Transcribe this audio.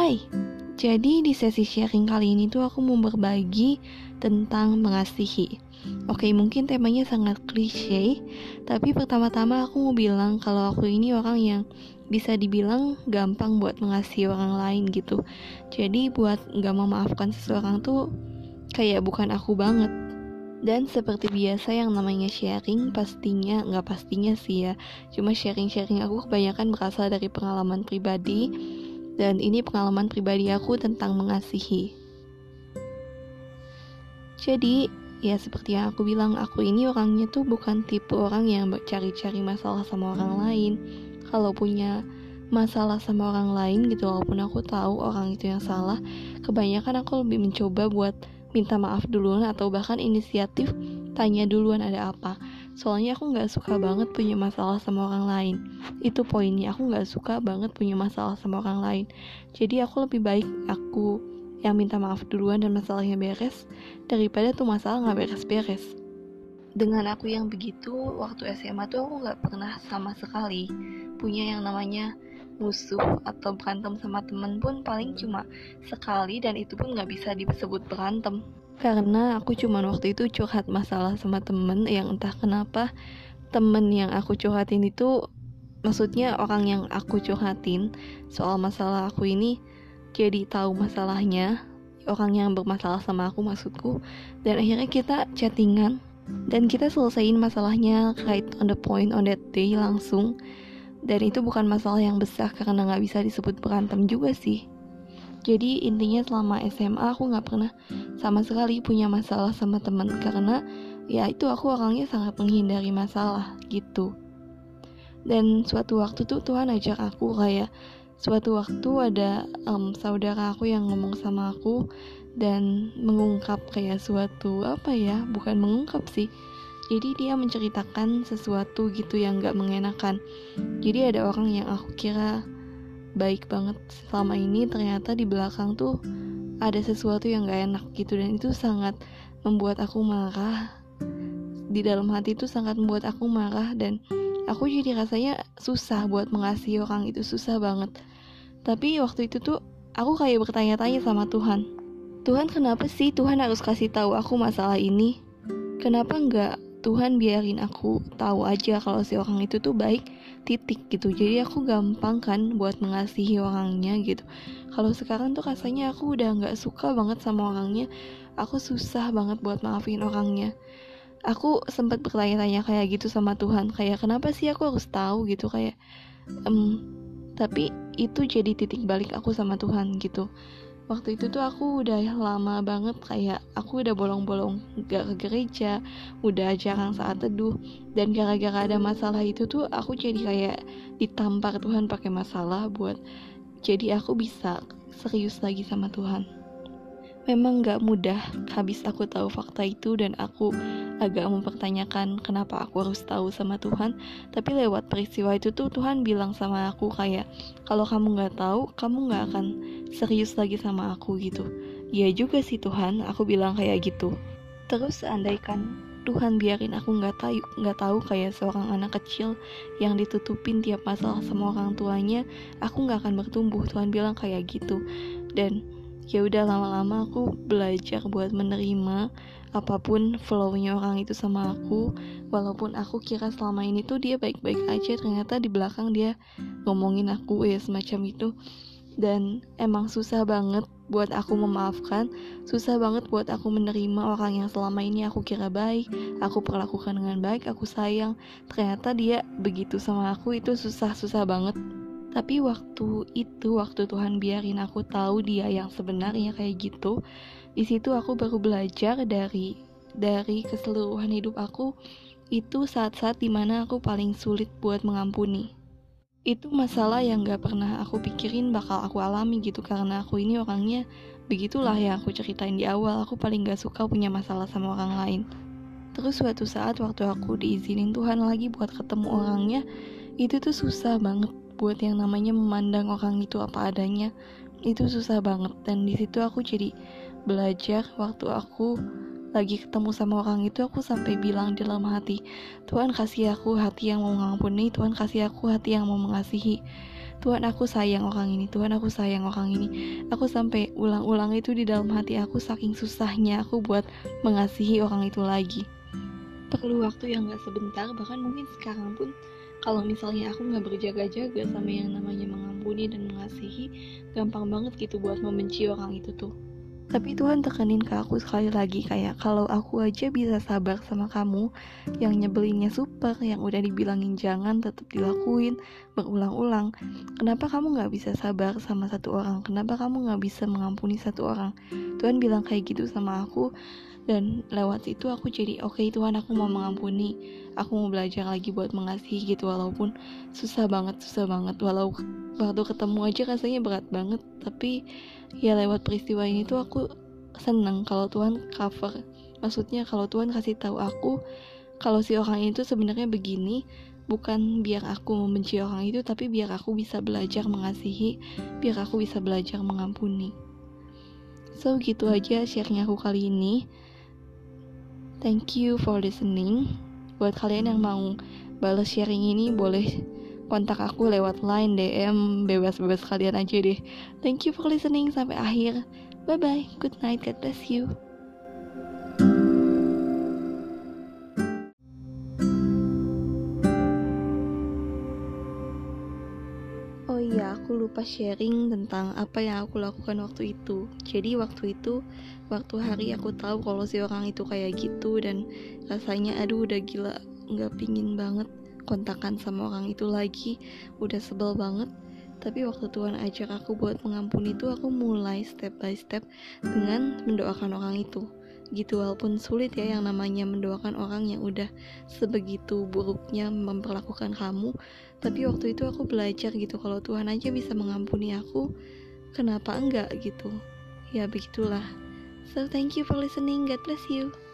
Hai, jadi di sesi sharing kali ini tuh aku mau berbagi tentang mengasihi. Oke, mungkin temanya sangat klise, tapi pertama-tama aku mau bilang kalau aku ini orang yang bisa dibilang gampang buat mengasihi orang lain gitu. Jadi buat gak memaafkan seseorang tuh kayak bukan aku banget. Dan seperti biasa yang namanya sharing gak pastinya sih ya, cuma sharing-sharing aku kebanyakan berasal dari pengalaman pribadi. Dan ini pengalaman pribadi aku tentang mengasihi. Jadi, ya seperti yang aku bilang, aku ini orangnya tuh bukan tipe orang yang cari-cari masalah sama orang lain. Kalau punya masalah sama orang lain gitu, walaupun aku tahu orang itu yang salah, kebanyakan aku lebih mencoba buat minta maaf duluan atau bahkan inisiatif tanya duluan ada apa. Soalnya aku gak suka banget punya masalah sama orang lain. Itu poinnya, aku gak suka banget punya masalah sama orang lain. Jadi aku lebih baik aku yang minta maaf duluan dan masalahnya beres, daripada tuh masalah gak beres-beres. Dengan aku yang begitu, waktu SMA tuh aku gak pernah sama sekali punya yang namanya musuh atau berantem sama temen pun paling cuma sekali, dan itu pun gak bisa disebut berantem. Karena aku cuman waktu itu curhat masalah sama temen yang entah kenapa temen yang aku curhatin itu, maksudnya orang yang aku curhatin soal masalah aku ini jadi tahu masalahnya, orang yang bermasalah sama aku maksudku, dan akhirnya kita chattingan dan kita selesaiin masalahnya right on the point on that day langsung. Dan itu bukan masalah yang besar karena gak bisa disebut berantem juga sih. Jadi intinya selama SMA aku gak pernah sama sekali punya masalah sama teman, karena ya itu aku orangnya sangat menghindari masalah gitu. Dan suatu waktu tuh Tuhan ajak aku, kayak suatu waktu ada saudara aku yang ngomong sama aku dan mengungkap kayak suatu bukan mengungkap sih, jadi dia menceritakan sesuatu gitu yang gak mengenakan. Jadi ada orang yang aku kira baik banget selama ini, ternyata di belakang tuh ada sesuatu yang gak enak gitu, dan itu sangat membuat aku marah. Di dalam hati itu sangat membuat aku marah, dan aku jadi rasanya susah buat mengasihi orang itu, susah banget. Tapi waktu itu tuh aku kayak bertanya-tanya sama Tuhan, kenapa sih Tuhan harus kasih tahu aku masalah ini? Kenapa enggak Tuhan biarin aku tahu aja kalau si orang itu tuh baik, titik gitu. Jadi aku gampang kan buat mengasihi orangnya gitu. Kalau sekarang tuh rasanya aku udah gak suka banget sama orangnya, aku susah banget buat maafin orangnya. Aku sempat bertanya-tanya kayak gitu sama Tuhan, kayak kenapa sih aku harus tahu gitu, kayak tapi itu jadi titik balik aku sama Tuhan gitu. Waktu itu tuh aku udah lama banget, kayak aku udah bolong-bolong gak ke gereja, udah jarang saat teduh, dan gara-gara ada masalah itu tuh aku jadi kayak ditampar Tuhan pakai masalah buat jadi aku bisa serius lagi sama Tuhan. Memang gak mudah, habis aku tahu fakta itu dan aku agak mempertanyakan kenapa aku harus tahu sama Tuhan. Tapi lewat peristiwa itu tuh Tuhan bilang sama aku kayak, kalau kamu gak tahu, kamu gak akan serius lagi sama aku gitu. Iya juga sih Tuhan, aku bilang kayak gitu. Terus seandaikan Tuhan biarin aku gak tahu kayak seorang anak kecil yang ditutupin tiap masalah sama orang tuanya, aku gak akan bertumbuh. Tuhan bilang kayak gitu. Dan ya udah, lama-lama aku belajar buat menerima apapun flow-nya orang itu sama aku. Walaupun aku kira selama ini tuh dia baik-baik aja, ternyata di belakang dia ngomongin aku ya semacam itu. Dan emang susah banget buat aku memaafkan, susah banget buat aku menerima orang yang selama ini aku kira baik, aku perlakukan dengan baik, aku sayang, ternyata dia begitu sama aku. Itu susah banget. Tapi waktu Tuhan biarin aku tahu dia yang sebenarnya kayak gitu, di situ aku baru belajar dari keseluruhan hidup aku. Itu saat-saat dimana aku paling sulit buat mengampuni. Itu masalah yang gak pernah aku pikirin bakal aku alami gitu, karena aku ini orangnya begitulah yang aku ceritain di awal. Aku paling gak suka punya masalah sama orang lain. Terus suatu saat waktu aku diizinin Tuhan lagi buat ketemu orangnya, itu tuh susah banget buat yang namanya memandang orang itu apa adanya. Itu susah banget. Dan di situ aku jadi belajar. Waktu aku lagi ketemu sama orang itu, aku sampai bilang di dalam hati, Tuhan kasih aku hati yang mau mengampuni, Tuhan kasih aku hati yang mau mengasihi. Tuhan aku sayang orang ini, Tuhan aku sayang orang ini. Aku sampai ulang-ulang itu di dalam hati aku, saking susahnya aku buat mengasihi orang itu lagi. Perlu waktu yang gak sebentar, bahkan mungkin sekarang pun kalau misalnya aku gak berjaga-jaga sama yang namanya mengampuni dan mengasihi, gampang banget gitu buat membenci orang itu tuh. Tapi Tuhan tekenin ke aku sekali lagi, kayak kalau aku aja bisa sabar sama kamu yang nyebelinnya super, yang udah dibilangin jangan tetap dilakuin berulang-ulang, kenapa kamu gak bisa sabar sama satu orang? Kenapa kamu gak bisa mengampuni satu orang? Tuhan bilang kayak gitu sama aku. Dan lewat itu aku jadi oke, Tuhan, aku mau mengampuni, aku mau belajar lagi buat mengasihi gitu. Walaupun susah banget, walau waktu ketemu aja rasanya berat banget. Tapi ya lewat peristiwa ini tuh aku seneng kalau Tuhan cover. Maksudnya kalau Tuhan kasih tahu aku kalau si orang itu sebenarnya begini, bukan biar aku membenci orang itu, tapi biar aku bisa belajar mengasihi, biar aku bisa belajar mengampuni. So gitu aja sharing aku kali ini. Thank you for listening. Buat kalian yang mau balas sharing ini, boleh kontak aku lewat line, DM, bebas-bebas kalian aja deh. Thank you for listening sampai akhir. Bye-bye, good night, God bless you. Oh iya, aku lupa sharing tentang apa yang aku lakukan waktu itu. Jadi waktu hari aku tahu kalau si orang itu kayak gitu, dan rasanya aduh udah gila, gak pingin banget kontakan sama orang itu lagi, udah sebel banget. Tapi waktu Tuhan ajak aku buat mengampuni itu, aku mulai step by step dengan mendoakan orang itu gitu. Walaupun sulit ya yang namanya mendoakan orang yang udah sebegitu buruknya memperlakukan kamu, tapi waktu itu aku belajar gitu, kalau Tuhan aja bisa mengampuni aku, kenapa enggak gitu. Ya begitulah. So thank you for listening, God bless you.